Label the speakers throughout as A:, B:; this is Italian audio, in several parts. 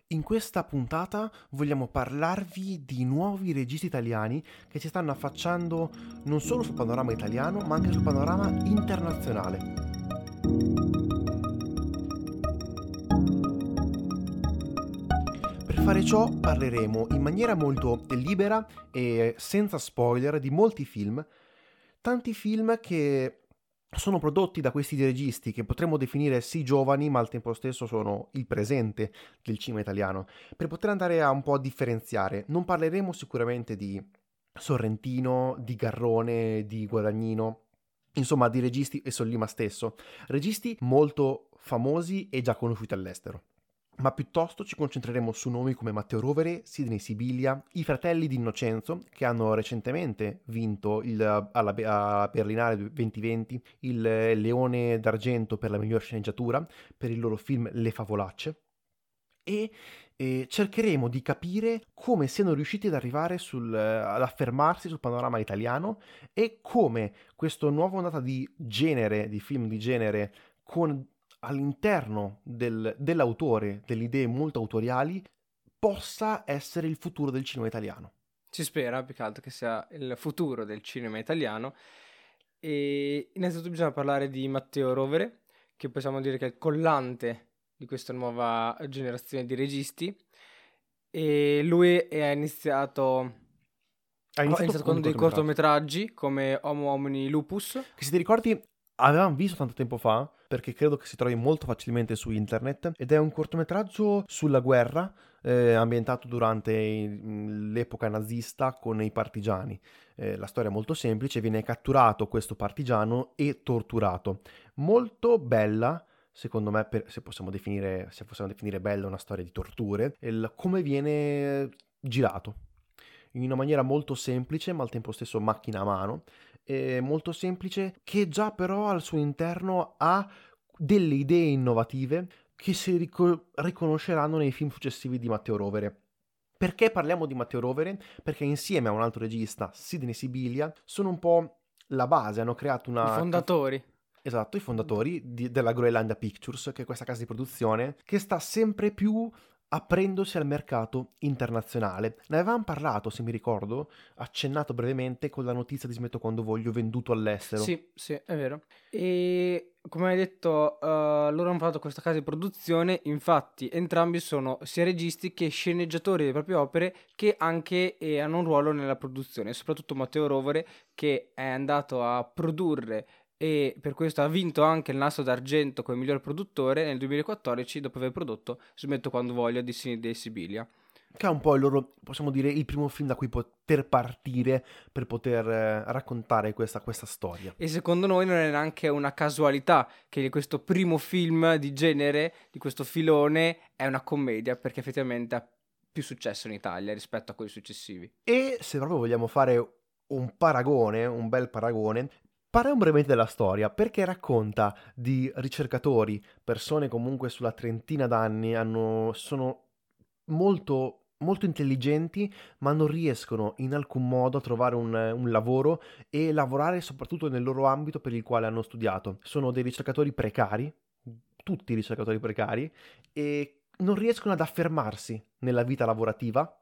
A: In questa puntata vogliamo parlarvi di nuovi registi italiani che si stanno affacciando non solo sul panorama italiano, ma anche sul panorama internazionale. Per fare ciò parleremo in maniera molto libera e senza spoiler di molti film, tanti film che sono prodotti da questi registi che potremmo definire sì giovani, ma al tempo stesso sono il presente del cinema italiano. Per poter andare a un po' a differenziare, non parleremo sicuramente di Sorrentino, di Garrone, di Guadagnino, insomma di registi e Sollima stesso, registi molto famosi e già conosciuti all'estero. Ma piuttosto ci concentreremo su nomi come Matteo Rovere, Sidney Sibilia, i fratelli di Innocenzo, che hanno recentemente vinto alla Berlinale 2020 il Leone d'Argento per la miglior sceneggiatura per il loro film Le Favolacce, e cercheremo di capire come siano riusciti ad arrivare ad affermarsi sul panorama italiano e come questa nuova ondata di genere, di film di genere, con all'interno dell'autore, delle idee molto autoriali, possa essere il futuro del cinema italiano.
B: Si spera più che altro che sia il futuro del cinema italiano. E innanzitutto bisogna parlare di Matteo Rovere, che possiamo dire che è il collante di questa nuova generazione di registi. E lui ha iniziato con dei cortometraggi come Homo Homini Lupus.
A: Che, se ti ricordi, avevamo visto tanto tempo fa, perché credo che si trovi molto facilmente su internet, ed è un cortometraggio sulla guerra ambientato durante l'epoca nazista con i partigiani. La storia è molto semplice: viene catturato questo partigiano e torturato. Molto bella, secondo me, se possiamo definire bella una storia di torture, come viene girato in una maniera molto semplice, ma al tempo stesso macchina a mano, molto semplice, che già però al suo interno ha delle idee innovative che si riconosceranno nei film successivi di Matteo Rovere. Perché parliamo di Matteo Rovere? Perché insieme a un altro regista, Sidney Sibilia, sono un po' la base, hanno creato
B: I fondatori.
A: Esatto, i fondatori della Groenlandia Pictures, che è questa casa di produzione che sta sempre più aprendosi al mercato internazionale. Ne avevamo parlato, se mi ricordo, accennato brevemente con la notizia di Smetto quando voglio, venduto all'estero.
B: Sì, è vero. E come hai detto, loro hanno fatto questa casa di produzione, infatti entrambi sono sia registi che sceneggiatori delle proprie opere, che anche hanno un ruolo nella produzione, soprattutto Matteo Rovere, che è andato a produrre e per questo ha vinto anche il Nastro d'Argento come miglior produttore nel 2014, dopo aver prodotto Smetto quando voglio di Sidney Sibilia.
A: Che è un po' il loro, possiamo dire, il primo film da cui poter partire per poter raccontare questa storia.
B: E secondo noi non è neanche una casualità che questo primo film di genere, di questo filone, è una commedia, perché effettivamente ha più successo in Italia rispetto a quelli successivi.
A: E se proprio vogliamo fare un bel paragone, parliamo brevemente della storia, perché racconta di ricercatori, persone comunque sulla trentina d'anni, sono molto intelligenti, ma non riescono in alcun modo a trovare un lavoro e lavorare soprattutto nel loro ambito per il quale hanno studiato. Sono dei ricercatori precari, tutti ricercatori precari, e non riescono ad affermarsi nella vita lavorativa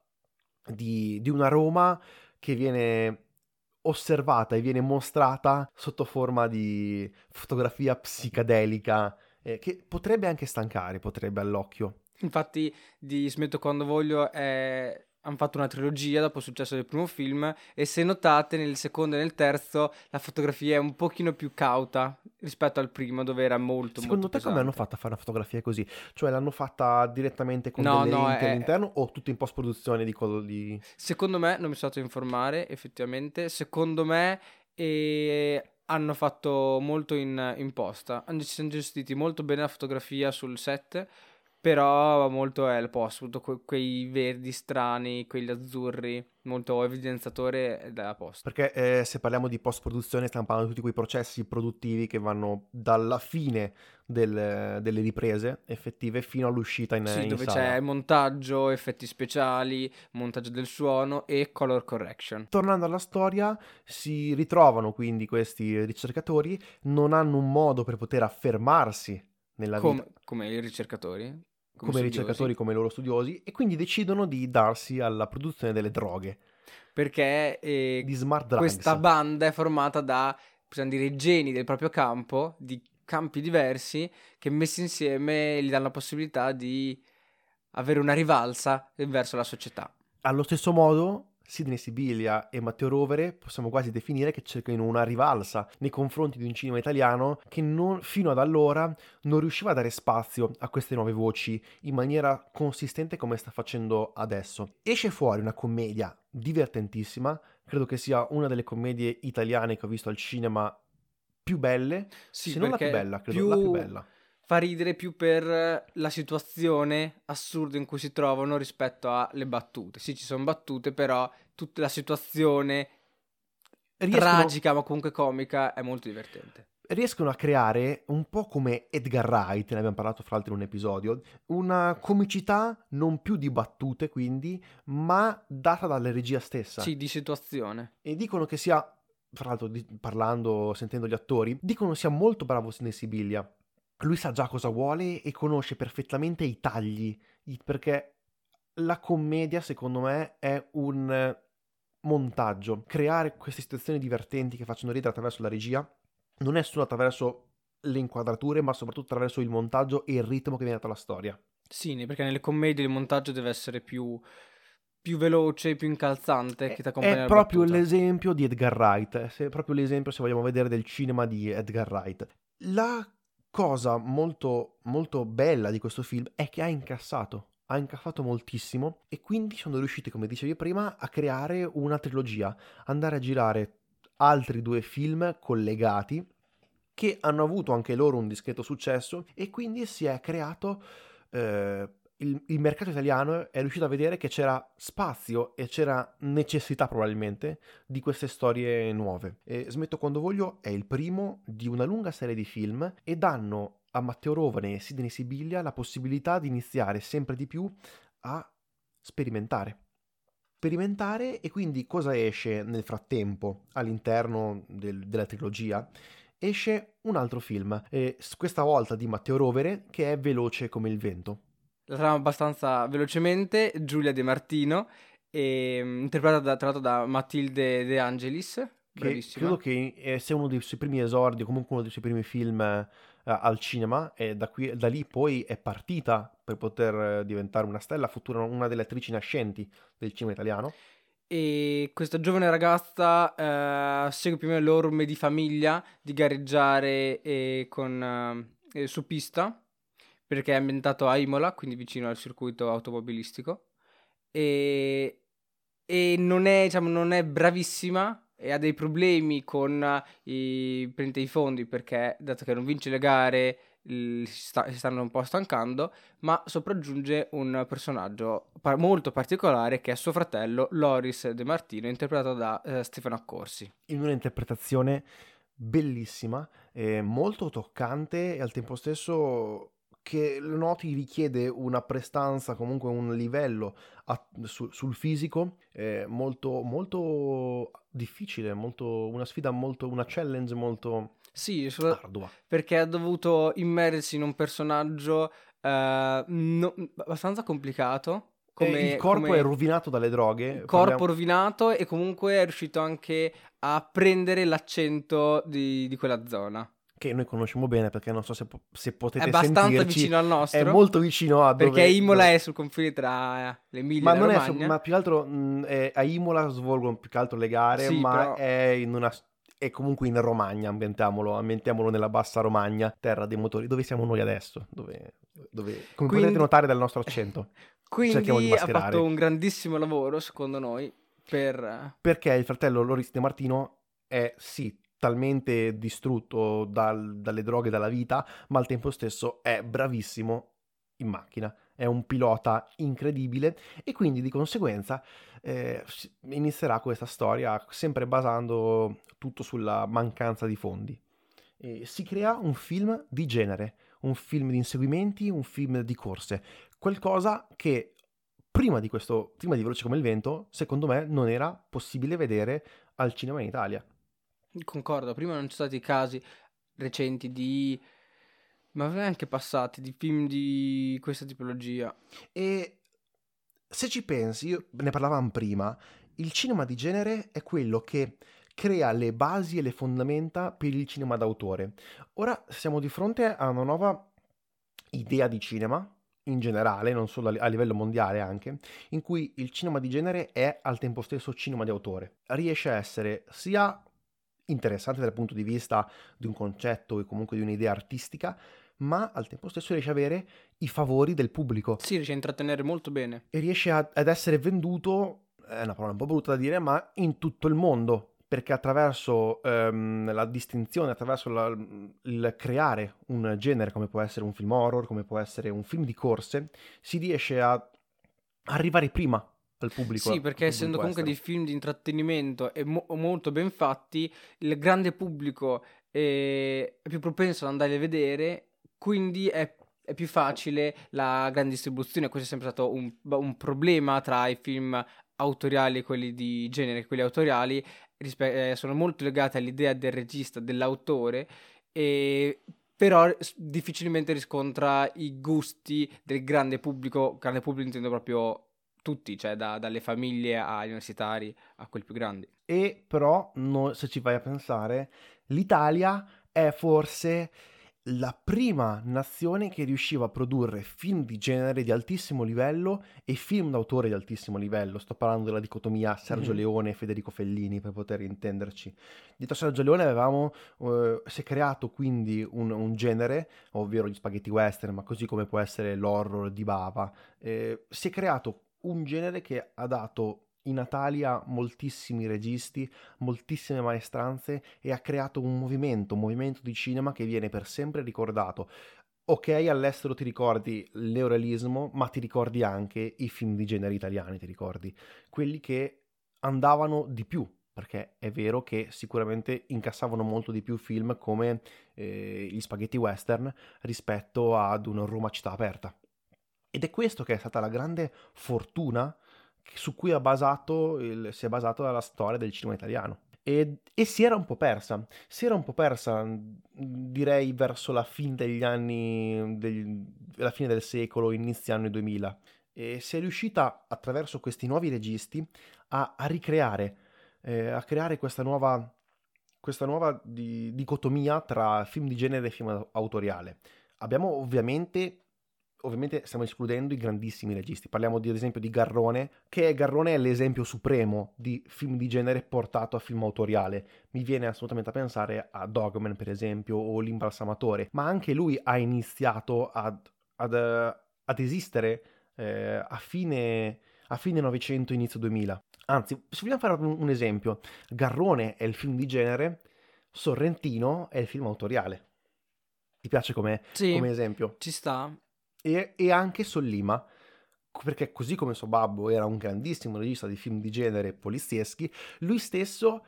A: di una Roma che viene osservata e viene mostrata sotto forma di fotografia psichedelica, che potrebbe anche stancare, potrebbe all'occhio.
B: Infatti di Smetto quando voglio hanno fatto una trilogia dopo il successo del primo film, e se notate nel secondo e nel terzo la fotografia è un pochino più cauta rispetto al primo, dove era molto
A: Secondo te
B: pesante.
A: come hanno fatto a fare una fotografia così? Cioè l'hanno fatta direttamente con
B: No,
A: delle
B: no,
A: lenti all'interno o tutto in post-produzione di...
B: Secondo me, non mi sono stato a informare effettivamente, secondo me hanno fatto molto in posta, si sono gestiti molto bene la fotografia sul set, però molto è il post, tutto quei verdi strani, quegli azzurri, molto evidenziatore della post.
A: Perché se parliamo di post-produzione stiamo parlando di tutti quei processi produttivi che vanno dalla fine delle riprese effettive fino all'uscita in
B: Dove
A: sala.
B: c'è montaggio, effetti speciali, montaggio del suono e color correction.
A: Tornando alla storia, si ritrovano quindi questi ricercatori, non hanno un modo per poter affermarsi nella vita.
B: Come i ricercatori?
A: come ricercatori, come loro studiosi, e quindi decidono di darsi alla produzione delle droghe.
B: Perché
A: di smart drugs.
B: Questa banda è formata da, possiamo dire, geni del proprio campo, di campi diversi, che messi insieme gli danno la possibilità di avere una rivalsa verso la società.
A: Allo stesso modo, Sidney Sibilia e Matteo Rovere possiamo quasi definire che cercano una rivalsa nei confronti di un cinema italiano che fino ad allora non riusciva a dare spazio a queste nuove voci in maniera consistente come sta facendo adesso. Esce fuori una commedia divertentissima, credo che sia una delle commedie italiane che ho visto al cinema più belle,
B: sì,
A: se non la più bella, credo la più bella.
B: Fa ridere più per la situazione assurda in cui si trovano rispetto alle battute. Sì, ci sono battute, però tutta la situazione tragica, ma comunque comica, è molto divertente.
A: Riescono a creare, un po' come Edgar Wright, ne abbiamo parlato fra l'altro in un episodio, una comicità non più di battute, quindi, ma data dalla regia stessa.
B: Sì, di situazione.
A: E dicono che sia, fra l'altro parlando, sentendo gli attori, dicono sia molto bravo Sidney Sibilia. Lui sa già cosa vuole e conosce perfettamente i tagli, perché la commedia, secondo me, è un montaggio. Creare queste situazioni divertenti che facciano ridere attraverso la regia non è solo attraverso le inquadrature, ma soprattutto attraverso il montaggio e il ritmo che viene dato alla storia.
B: Sì, perché nelle commedie il montaggio deve essere più veloce, più incalzante, che ti accompagna
A: alla battuta. È proprio l'esempio di Edgar Wright, è proprio l'esempio, se vogliamo vedere, del cinema di Edgar Wright. La cosa molto, molto bella di questo film è che ha incassato moltissimo, e quindi sono riusciti, come dicevi prima, a creare una trilogia, andare a girare altri 2 film collegati che hanno avuto anche loro un discreto successo, e quindi si è creato il mercato italiano è riuscito a vedere che c'era spazio e c'era necessità probabilmente di queste storie nuove. E Smetto quando voglio è il primo di una lunga serie di film, e danno a Matteo Rovere e Sidney Sibilia la possibilità di iniziare sempre di più a sperimentare. E quindi cosa esce nel frattempo all'interno della trilogia? Esce un altro film, questa volta di Matteo Rovere, che è Veloce come il vento.
B: La trama abbastanza velocemente, Giulia De Martino, interpretata tra l'altro da Matilde De Angelis, bravissima.
A: Credo che sia uno dei suoi primi esordi, o comunque uno dei suoi primi film al cinema, e da lì poi è partita per poter diventare una stella futura, una delle attrici nascenti del cinema italiano.
B: E questa giovane ragazza segue più o meno le orme di famiglia di gareggiare su pista, perché è ambientato a Imola, quindi vicino al circuito automobilistico, e non è bravissima, e ha dei problemi con i fondi, perché dato che non vince le gare si stanno un po' stancando, ma sopraggiunge un personaggio molto particolare che è suo fratello Loris De Martino, interpretato da Stefano Accorsi.
A: In una interpretazione bellissima, molto toccante, e al tempo stesso che lo noti richiede una prestanza, comunque un livello sul fisico molto, molto difficile, una sfida molto, una challenge molto ardua.
B: Perché ha dovuto immergersi in un personaggio abbastanza complicato.
A: Il corpo è rovinato dalle droghe.
B: Rovinato, e comunque è riuscito anche a prendere l'accento di quella zona.
A: Che noi conosciamo bene, perché non so se potete sentirci.
B: È abbastanza vicino al nostro.
A: È molto vicino a dove...
B: Perché Imola è sul confine tra l'Emilia e la Romagna.
A: Ma più che altro a Imola svolgono più che altro le gare, sì, ma però... è comunque in Romagna, ambientiamolo nella bassa Romagna, terra dei motori, dove siamo noi adesso, dove come potete notare dal nostro accento.
B: Quindi ha fatto un grandissimo lavoro, secondo noi,
A: perché il fratello Loris De Martino è sì talmente distrutto dalle droghe, dalla vita, ma al tempo stesso è bravissimo in macchina, è un pilota incredibile, e quindi di conseguenza inizierà questa storia sempre basando tutto sulla mancanza di fondi. Si crea un film di genere, un film di inseguimenti, un film di corse, qualcosa che prima di Veloce come il vento, secondo me, non era possibile vedere al cinema in Italia.
B: Concordo, prima non ci sono stati casi recenti di Ma ve ne anche passati di film di questa tipologia.
A: E se ci pensi, ne parlavamo prima, il cinema di genere è quello che crea le basi e le fondamenta per il cinema d'autore. Ora siamo di fronte a una nuova idea di cinema, in generale, non solo a livello mondiale anche, in cui il cinema di genere è al tempo stesso cinema di autore. Riesce a essere sia interessante dal punto di vista di un concetto e comunque di un'idea artistica, ma al tempo stesso riesce ad avere i favori del pubblico
B: Sì, riesce a intrattenere molto bene.
A: e riesce ad essere venduto, è una parola un po' brutta da dire, ma in tutto il mondo, perché attraverso la distinzione, attraverso il creare un genere come può essere un film horror, come può essere un film di corse, si riesce a arrivare prima al pubblico,
B: Sì,
A: al
B: perché essendo
A: pubblico
B: comunque
A: estero.
B: dei film di intrattenimento e molto ben fatti, il grande pubblico è più propenso ad andare a vedere, quindi è più facile la grande distribuzione. Questo è sempre stato un problema tra i film autoriali e quelli di genere. Quelli autoriali sono molto legati all'idea del regista, dell'autore, e però difficilmente riscontra i gusti del grande pubblico intendo proprio tutti, cioè dalle famiglie agli universitari a quelli più grandi.
A: E però, se ci vai a pensare, l'Italia è forse la prima nazione che riusciva a produrre film di genere di altissimo livello e film d'autore di altissimo livello. Sto parlando della dicotomia Sergio
B: Mhm.
A: Leone e Federico Fellini, per poter intenderci. Dietro Sergio Leone avevamo, si è creato quindi un genere, ovvero gli spaghetti western, ma così come può essere l'horror di Bava. Si è creato un genere che ha dato in Italia moltissimi registi, moltissime maestranze e ha creato un movimento di cinema che viene per sempre ricordato. Ok, all'estero ti ricordi il neorealismo, ma ti ricordi anche i film di genere italiani, ti ricordi? Quelli che andavano di più, perché è vero che sicuramente incassavano molto di più film come gli spaghetti western rispetto ad una Roma città aperta. Ed è questo che è stata la grande fortuna su cui si è basato la storia del cinema italiano. E si era un po' persa, direi verso la fine degli anni, la fine del secolo, inizi anni 2000. E si è riuscita attraverso questi nuovi registi a ricreare, a creare questa nuova dicotomia tra film di genere e film autoriale. Abbiamo ovviamente stiamo escludendo i grandissimi registi. Parliamo ad esempio di Garrone, che Garrone è l'esempio supremo di film di genere portato a film autoriale. Mi viene assolutamente a pensare a Dogman, per esempio, o L'Imbalsamatore, ma anche lui ha iniziato ad esistere a fine Novecento, inizio 2000. Anzi, se vogliamo fare un esempio, Garrone è il film di genere, Sorrentino è il film autoriale. Ti piace
B: Sì,
A: come esempio?
B: ci sta.
A: E anche Sollima, perché così come suo babbo era un grandissimo regista di film di genere polizieschi, lui stesso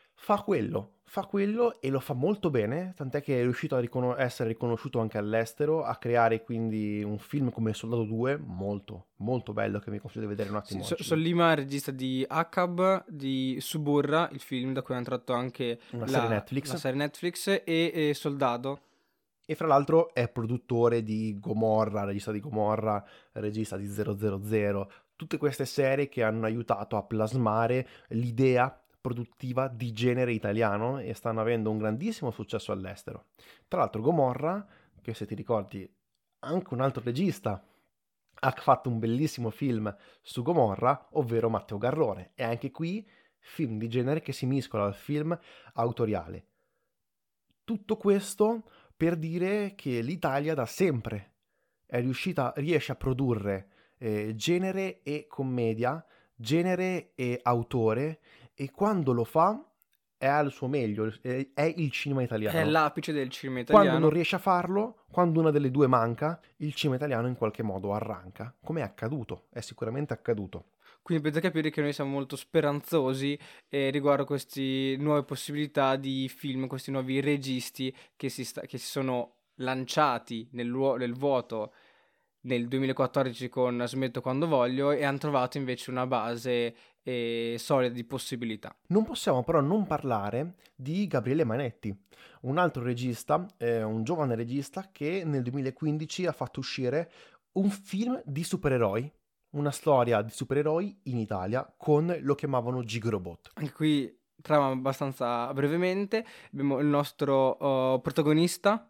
A: fa quello e lo fa molto bene, tant'è che è riuscito a essere riconosciuto anche all'estero, a creare quindi un film come Soldato 2, molto, molto bello, che mi consiglio di vedere un
B: Sì,
A: attimo oggi.
B: Sollima è il regista di Akab, di Suburra, il film da cui hanno tratto anche
A: Una serie
B: la
A: Netflix.
B: serie Netflix, e Soldato.
A: E fra l'altro è produttore di Gomorra, regista di 000, tutte queste serie che hanno aiutato a plasmare l'idea produttiva di genere italiano e stanno avendo un grandissimo successo all'estero. Tra l'altro Gomorra, che se ti ricordi anche un altro regista ha fatto un bellissimo film su Gomorra, ovvero Matteo Garrone, e anche qui film di genere che si miscola al film autoriale. Tutto questo per dire che l'Italia da sempre riesce a produrre genere e commedia, genere e autore, e quando lo fa è al suo meglio, è il cinema
B: È
A: italiano.
B: l'apice del cinema
A: Quando non
B: italiano.
A: riesce a farlo, quando una delle due manca, il cinema italiano in qualche modo arranca, come è accaduto, è sicuramente accaduto.
B: Quindi potete capire che noi siamo molto speranzosi riguardo queste nuove possibilità di film, questi nuovi registi che si sono lanciati nel vuoto nel 2014 con Smetto quando voglio, e hanno trovato invece una base solida di possibilità.
A: Non possiamo però non parlare di Gabriele Manetti, un altro regista, un giovane regista che nel 2015 ha fatto uscire un film di supereroi, una storia di supereroi in Italia con lo chiamavano Gigrobot.
B: Anche qui trama abbastanza brevemente. Abbiamo il nostro protagonista,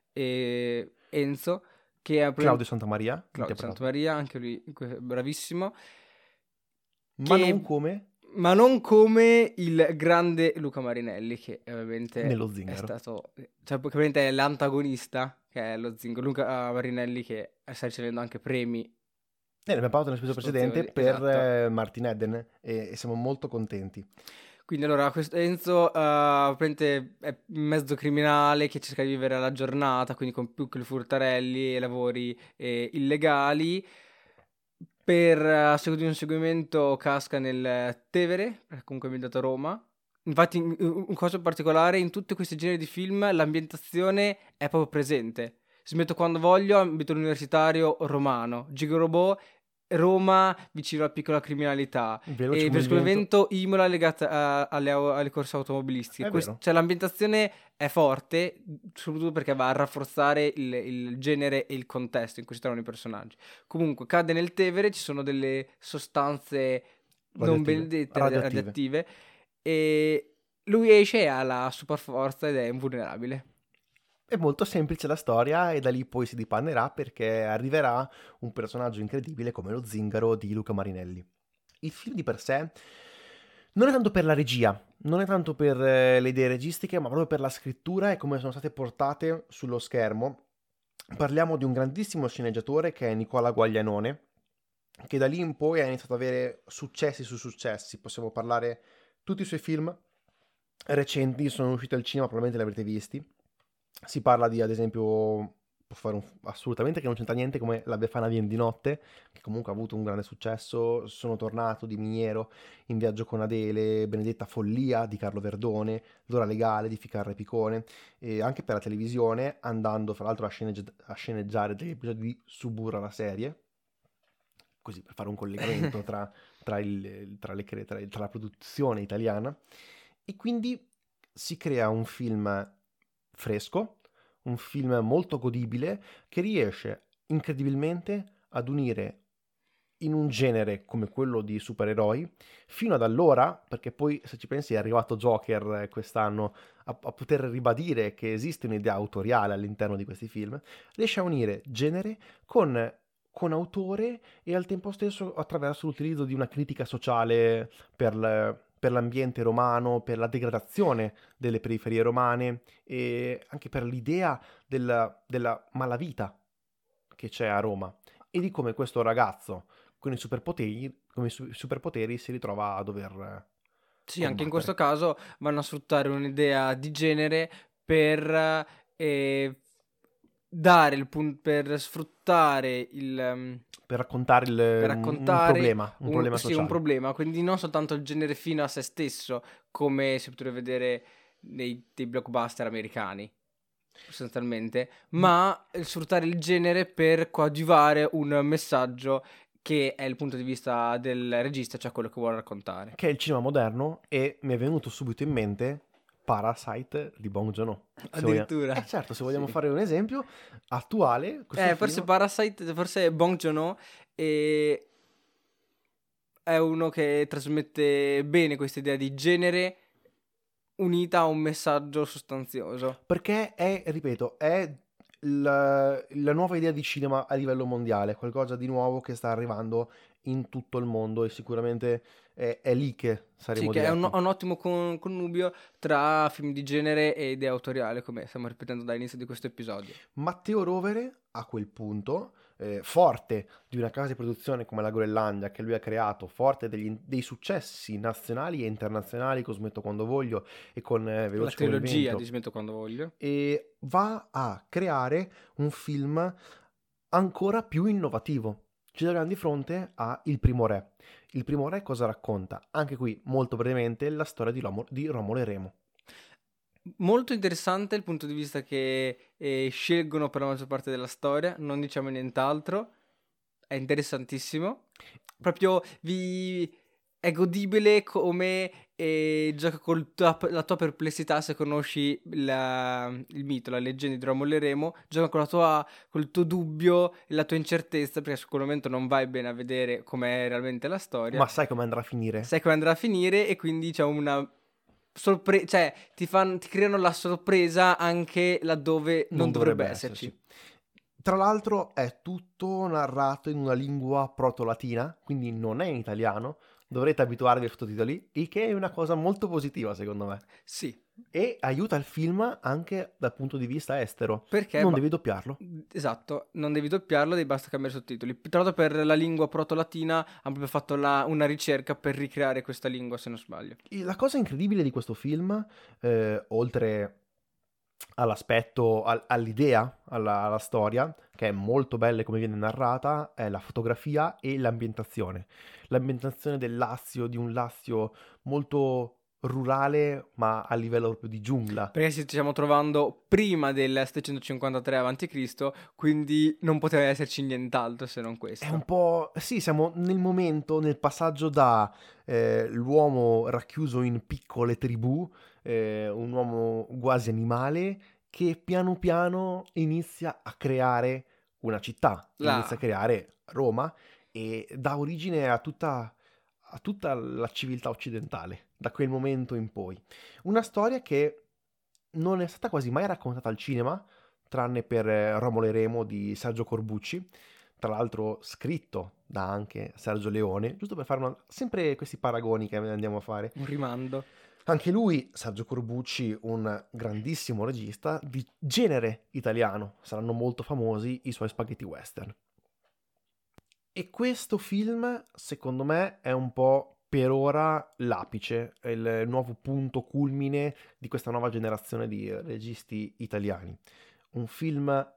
B: Enzo, che è
A: Claudio Santamaria,
B: Claudio
A: interpretato.
B: Santamaria, anche lui bravissimo,
A: Ma non come
B: il grande Luca Marinelli, che ovviamente
A: nello
B: è
A: Zingaro.
B: stato, cioè praticamente è l'antagonista, che è lo Zingaro. Luca Marinelli che sta ricevendo anche premi.
A: Ne abbiamo parlato nell'episodio precedente per
B: esatto.
A: Martin Eden e siamo molto contenti.
B: Quindi allora questo Enzo praticamente è mezzo criminale che cerca di vivere la giornata, quindi con piccoli furtarelli e lavori illegali. Per a seguito di un seguimento casca nel Tevere, perché comunque è ambientato a Roma. Infatti, un cosa particolare, in tutti questi generi di film l'ambientazione è proprio presente. Smetto quando voglio, ambito universitario romano. Gigobò, Roma, vicino alla piccola criminalità.
A: Veloce
B: E
A: come
B: per
A: il vento.
B: seguimento Imola legata alle corse automobilistiche.
A: È vero.
B: Cioè l'ambientazione è forte, soprattutto perché va a rafforzare il genere e il contesto in cui si trovano i personaggi. Comunque cade nel Tevere, ci sono delle sostanze non benedette, radioattive, e lui esce e ha la super forza ed è invulnerabile.
A: È molto semplice la storia e da lì poi si dipannerà perché arriverà un personaggio incredibile come lo Zingaro di Luca Marinelli. Il film di per sé non è tanto per la regia, non è tanto per le idee registiche, ma proprio per la scrittura e come sono state portate sullo schermo. Parliamo di un grandissimo sceneggiatore che è Nicola Guaglianone, che da lì in poi ha iniziato ad avere successi su successi. Possiamo parlare tutti i suoi film recenti, sono usciti al cinema, probabilmente li avrete visti. Si parla di, ad esempio, può fare assolutamente che non c'entra niente, come La Befana Vien di notte, che comunque ha avuto un grande successo. Sono tornato di Miniero, In viaggio con Adele, Benedetta Follia di Carlo Verdone, L'ora legale di Ficarra Picone, e anche per la televisione, andando fra l'altro a sceneggiare degli episodi di Suburra la serie, così per fare un collegamento tra la produzione italiana. E quindi si crea un film fresco, un film molto godibile che riesce incredibilmente ad unire in un genere come quello di supereroi. Fino ad allora, perché poi se ci pensi è arrivato Joker quest'anno a poter ribadire che esiste un'idea autoriale all'interno di questi film, riesce a unire genere con autore e al tempo stesso attraverso l'utilizzo di una critica sociale per l'ambiente romano, per la degradazione delle periferie romane e anche per l'idea della malavita che c'è a Roma e di come questo ragazzo con i superpoteri si ritrova a dover
B: Sì, anche in
A: combattere.
B: questo caso vanno a sfruttare un'idea di genere per dare per sfruttare
A: per raccontare un problema
B: sì,
A: sociale.
B: un problema, quindi non soltanto il genere fino a se stesso, come si potrebbe vedere dei blockbuster americani, sostanzialmente, ma sfruttare il genere per coadiuvare un messaggio che è il punto di vista del regista, cioè quello che vuole raccontare.
A: Che è il cinema moderno, e mi è venuto subito in mente Parasite di Bong Joon-ho.
B: Addirittura.
A: Certo, se vogliamo
B: Sì.
A: fare un esempio attuale, questo
B: Forse
A: film...
B: Parasite, forse Bong Joon-ho è uno che trasmette bene questa idea di genere unita a un messaggio sostanzioso.
A: Perché è, ripeto, è la nuova idea di cinema a livello mondiale, qualcosa di nuovo che sta arrivando in tutto il mondo e sicuramente è lì che saremo
B: Sì, che è
A: diretti.
B: un ottimo connubio tra film di genere e idea autoriale, come stiamo ripetendo dall'inizio di questo episodio.
A: Matteo Rovere, a quel punto, forte di una casa di produzione come la Groenlandia che lui ha creato, forte dei successi nazionali e internazionali con Smetto quando voglio e con Veloce
B: La
A: come il
B: trilogia
A: vento,
B: di Smetto quando voglio.
A: e va a creare un film ancora più innovativo. Ci troviamo di fronte a Il Primo Re. Il Primo Re cosa racconta? Anche qui, molto brevemente, la storia di Romolo e Remo.
B: Molto interessante il punto di vista che scelgono per la maggior parte della storia, non diciamo nient'altro. è interessantissimo. Proprio è godibile come gioca con la tua perplessità. Se conosci il mito, la leggenda di Romolo e Remo, gioca col tuo dubbio e la tua incertezza, perché su quel momento non vai bene a vedere com'è realmente la storia.
A: Ma sai come andrà a finire?
B: Sai come andrà a finire, e quindi c'è una sorpresa, cioè ti creano la sorpresa anche laddove non dovrebbe esserci.
A: Tra l'altro è tutto narrato in una lingua proto-latina, quindi non è in italiano, dovrete abituarvi ai sottotitoli, il che è una cosa molto positiva secondo me.
B: Sì.
A: E aiuta il film anche dal punto di vista estero,
B: Perché
A: non devi doppiarlo.
B: Esatto, non devi doppiarlo, basta cambiare i sottotitoli. Tra l'altro per la lingua proto-latina hanno proprio fatto una ricerca per ricreare questa lingua, se non sbaglio.
A: La cosa incredibile di questo film, oltre all'aspetto, all'idea, alla storia, che è molto bella come viene narrata, è la fotografia e l'ambientazione. L'ambientazione del Lazio, di un Lazio molto rurale, ma a livello proprio di giungla.
B: Perché ci stiamo trovando prima del 753 a.C., quindi non poteva esserci nient'altro se non questo.
A: È un po'... Sì, siamo nel momento, nel passaggio da l'uomo racchiuso in piccole tribù, un uomo quasi animale, che piano piano inizia a creare una città, inizia a creare Roma e dà origine a tutta la civiltà occidentale, da quel momento in poi. Una storia che non è stata quasi mai raccontata al cinema, tranne per Romolo e Remo di Sergio Corbucci, tra l'altro scritto da anche Sergio Leone, giusto per fare sempre questi paragoni che andiamo a fare.
B: Un rimando.
A: Anche lui, Sergio Corbucci, un grandissimo regista di genere italiano, saranno molto famosi i suoi spaghetti western. E questo film, secondo me, è un po' per ora l'apice, è il nuovo punto culmine di questa nuova generazione di registi italiani. Un film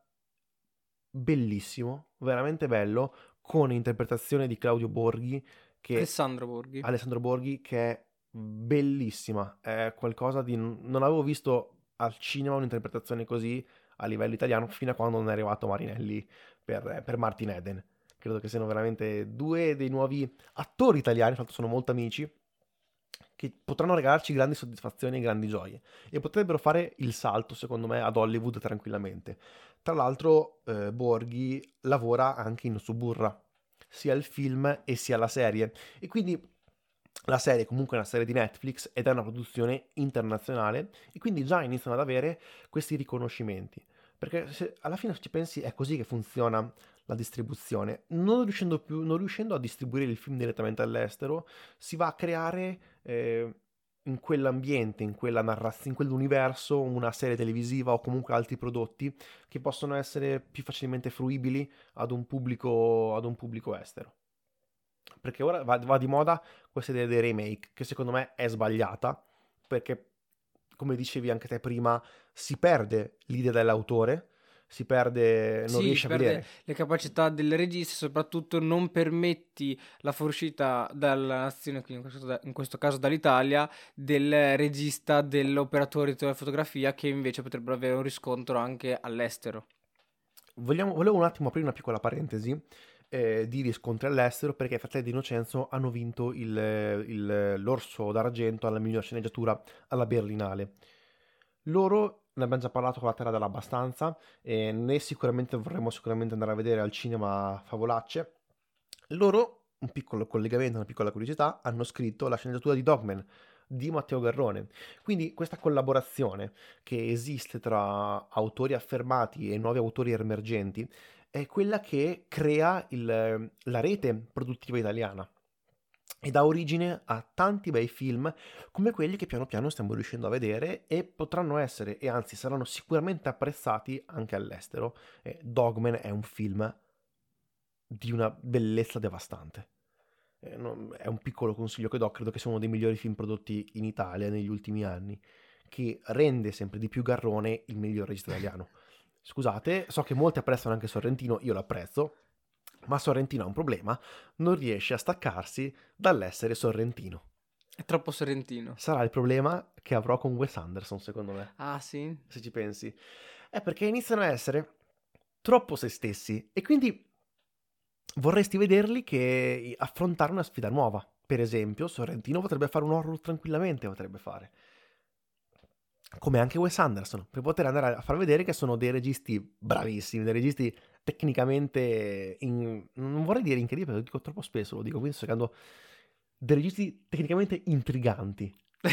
A: bellissimo, veramente bello, con interpretazione di Claudio Borghi,
B: Alessandro
A: Borghi, che è bellissima, è qualcosa di... Non avevo visto al cinema un'interpretazione così a livello italiano fino a quando non è arrivato Marinelli per Martin Eden. Credo che siano veramente due dei nuovi attori italiani, tra l'altro sono molto amici, che potranno regalarci grandi soddisfazioni e grandi gioie e potrebbero fare il salto, secondo me, ad Hollywood tranquillamente. Tra l'altro Borghi lavora anche in Suburra, sia il film e sia la serie, e quindi la serie è comunque una serie di Netflix ed è una produzione internazionale, e quindi già iniziano ad avere questi riconoscimenti, perché se alla fine, se ci pensi, è così che funziona la distribuzione. Non riuscendo a distribuire il film direttamente all'estero, si va a creare in quell'ambiente, in quella narrazione, in quell'universo, una serie televisiva o comunque altri prodotti che possono essere più facilmente fruibili ad un pubblico estero. Perché ora va di moda questa idea dei remake, che secondo me è sbagliata, perché, come dicevi anche te prima, si perde l'idea dell'autore, non riesce a vedere
B: le capacità del regista, soprattutto non permetti la fuoriuscita dalla nazione, quindi in questo caso dall'Italia, del regista, dell'operatore di fotografia, che invece potrebbero avere un riscontro anche all'estero.
A: Volevo un attimo aprire una piccola parentesi di riscontri all'estero, perché i Fratelli d'Innocenzo hanno vinto l'Orso d'Argento alla miglior sceneggiatura alla Berlinale. Loro, ne abbiamo già parlato con la Terra dell'Abbastanza, e ne vorremmo sicuramente andare a vedere al cinema Favolacce. Loro, un piccolo collegamento, una piccola curiosità, hanno scritto la sceneggiatura di Dogman di Matteo Garrone. Quindi questa collaborazione che esiste tra autori affermati e nuovi autori emergenti è quella che crea la rete produttiva italiana e dà origine a tanti bei film come quelli che piano piano stiamo riuscendo a vedere e potranno essere, e anzi saranno sicuramente apprezzati anche all'estero. Dogman è un film di una bellezza devastante. È un piccolo consiglio che do, credo che sia uno dei migliori film prodotti in Italia negli ultimi anni, che rende sempre di più Garrone il miglior regista italiano. Scusate, so che molti apprezzano anche Sorrentino, io l'apprezzo, ma Sorrentino ha un problema, non riesce a staccarsi dall'essere sorrentino.
B: È troppo sorrentino.
A: Sarà il problema che avrò con Wes Anderson, secondo me.
B: Ah, sì?
A: Se ci pensi. È perché iniziano a essere troppo se stessi, e quindi vorresti vederli che affrontare una sfida nuova. Per esempio, Sorrentino potrebbe fare un horror tranquillamente, potrebbe fare. Come anche Wes Anderson, per poter andare a far vedere che sono dei registi bravissimi, dei registi tecnicamente, non vorrei dire incredibili, lo dico troppo spesso, lo dico, quindi sto cercando dei registi tecnicamente intriganti,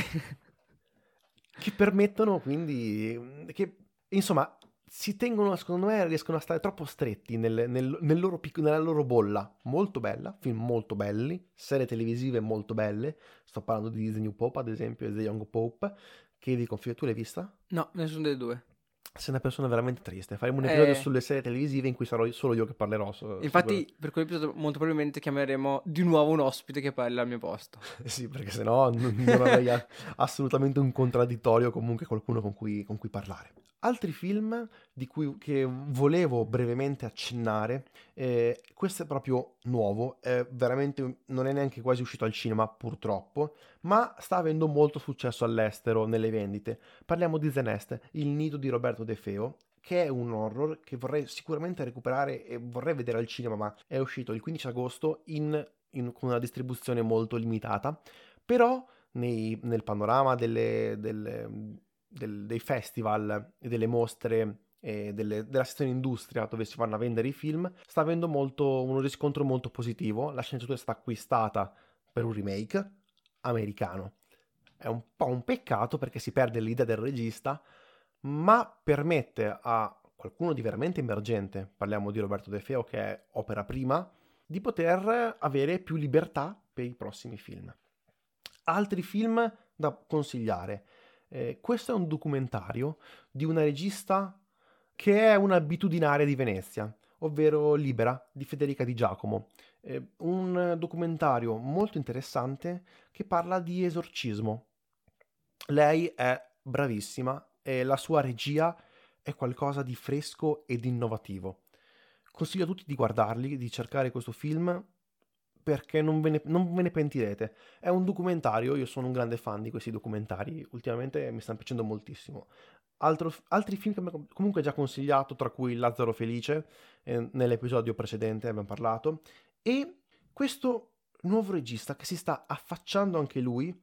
A: che permettono quindi, che insomma, si tengono, secondo me, riescono a stare troppo stretti nella loro bolla, molto bella, film molto belli, serie televisive molto belle, sto parlando di The New Pope ad esempio, e The Young Pope, che vi confido, tu l'hai vista?
B: No, nessuno dei due.
A: Sei una persona veramente triste. Faremo un episodio
B: Eh,
A: sulle serie televisive in cui sarò solo io che parlerò. Sicuro.
B: Infatti, per quell'episodio molto probabilmente chiameremo di nuovo un ospite che parla al mio posto.
A: Sì, perché sennò non avrei assolutamente un contraddittorio, comunque qualcuno con cui parlare. Altri film che volevo brevemente accennare, questo è proprio nuovo, è veramente, non è neanche quasi uscito al cinema purtroppo, ma sta avendo molto successo all'estero nelle vendite. Parliamo di The Nest, Il nido di Roberto De Feo, che è un horror che vorrei sicuramente recuperare e vorrei vedere al cinema, ma è uscito il 15 agosto con una distribuzione molto limitata, però nel panorama dei festival e delle mostre e della sezione industria dove si vanno a vendere i film, sta avendo uno riscontro molto positivo. La sceneggiatura è stata acquistata per un remake americano. È un po' un peccato perché si perde l'idea del regista, ma permette a qualcuno di veramente emergente, parliamo di Roberto De Feo che è opera prima, di poter avere più libertà per i prossimi film. Altri film da consigliare. Questo è un documentario di una regista che è un'abitudinaria di Venezia, ovvero Libera di Federica Di Giacomo. Un documentario molto interessante che parla di esorcismo. Lei è bravissima e la sua regia è qualcosa di fresco ed innovativo. Consiglio a tutti di guardarli, di cercare questo film perché non ve ne pentirete. È un documentario, io sono un grande fan di questi documentari, ultimamente mi stanno piacendo moltissimo. Altri film che mi ho comunque già consigliato, tra cui Lazzaro Felice, nell'episodio precedente abbiamo parlato, e questo nuovo regista che si sta affacciando anche lui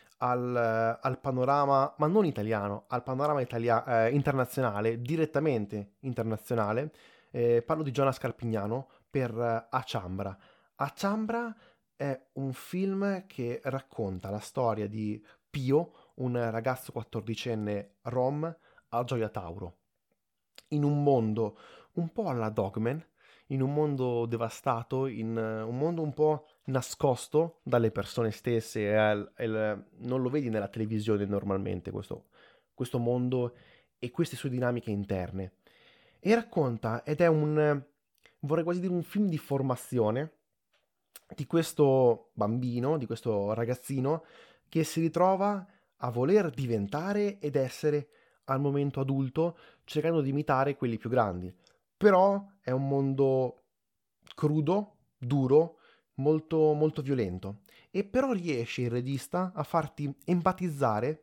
A: al panorama, ma non italiano, al panorama internazionale, direttamente internazionale. Parlo di Giona Scarpignano per A Ciambra. A Ciambra è un film che racconta la storia di Pio, un ragazzo 14enne rom a Gioia Tauro, in un mondo un po' alla Dogman, in un mondo devastato, in un mondo un po' nascosto dalle persone stesse, non lo vedi nella televisione normalmente questo mondo e queste sue dinamiche interne. E racconta, ed è vorrei quasi dire un film di formazione di questo bambino, di questo ragazzino che si ritrova a voler diventare ed essere al momento adulto cercando di imitare quelli più grandi. Però è un mondo crudo, duro, molto, molto violento. E però riesce il regista a farti empatizzare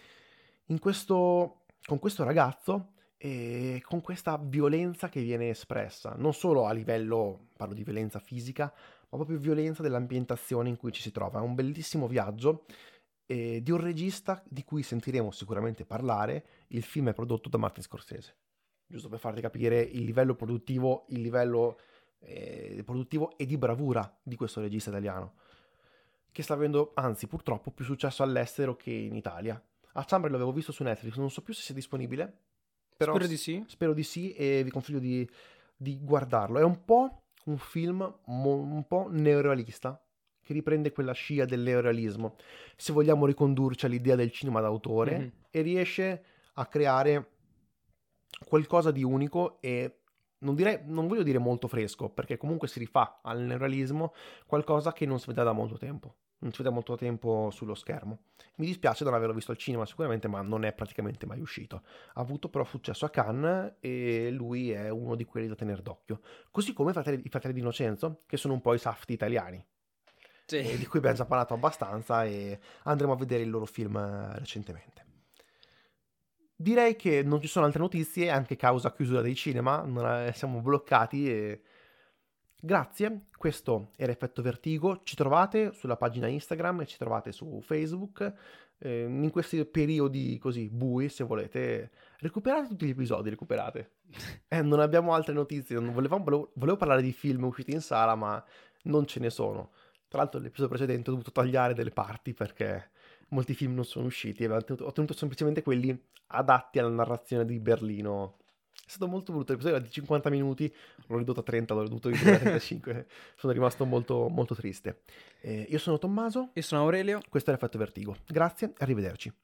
A: con questo ragazzo e con questa violenza che viene espressa, non solo a livello, parlo di violenza fisica, ma proprio violenza dell'ambientazione in cui ci si trova. È un bellissimo viaggio di un regista di cui sentiremo sicuramente parlare. Il film è prodotto da Martin Scorsese, giusto per farti capire il livello produttivo e di bravura di questo regista italiano, che sta avendo, anzi purtroppo, più successo all'estero che in Italia. A Chamber l'avevo visto su Netflix, non so più se sia disponibile, però
B: Spero di sì.
A: spero di sì e vi consiglio di guardarlo. È un po' un film un po' neorealista, che riprende quella scia del neorealismo, se vogliamo ricondurci all'idea del cinema d'autore,
B: Mhm.
A: e riesce a creare qualcosa di unico e non voglio dire molto fresco, perché comunque si rifà al neorealismo, qualcosa che non si vede da molto tempo. Non si vede da molto tempo sullo schermo. Mi dispiace non averlo visto al cinema sicuramente, ma non è praticamente mai uscito. Ha avuto però successo a Cannes e lui è uno di quelli da tenere d'occhio. Così come i fratelli di Innocenzo, che sono un po' i Safti italiani,
B: Sì.
A: e di cui abbiamo già parlato abbastanza e andremo a vedere il loro film recentemente. Direi che non ci sono altre notizie, anche causa chiusura dei cinema, siamo bloccati e Grazie, questo era Effetto Vertigo, ci trovate sulla pagina Instagram e ci trovate su Facebook, in questi periodi così bui, se volete, recuperate tutti gli episodi, recuperate. Non abbiamo altre notizie, volevo parlare di film usciti in sala, ma non ce ne sono. Tra l'altro l'episodio precedente ho dovuto tagliare delle parti perché molti film non sono usciti, ho tenuto semplicemente quelli adatti alla narrazione di Berlino. È stato molto brutto, l'episodio era di 50 minuti, l'ho ridotto a 30, l'ho dovuto ridurre a 35, sono rimasto molto, molto triste. Io sono Tommaso,
B: Io sono Aurelio.
A: questo è l'Effetto Vertigo. Grazie, arrivederci.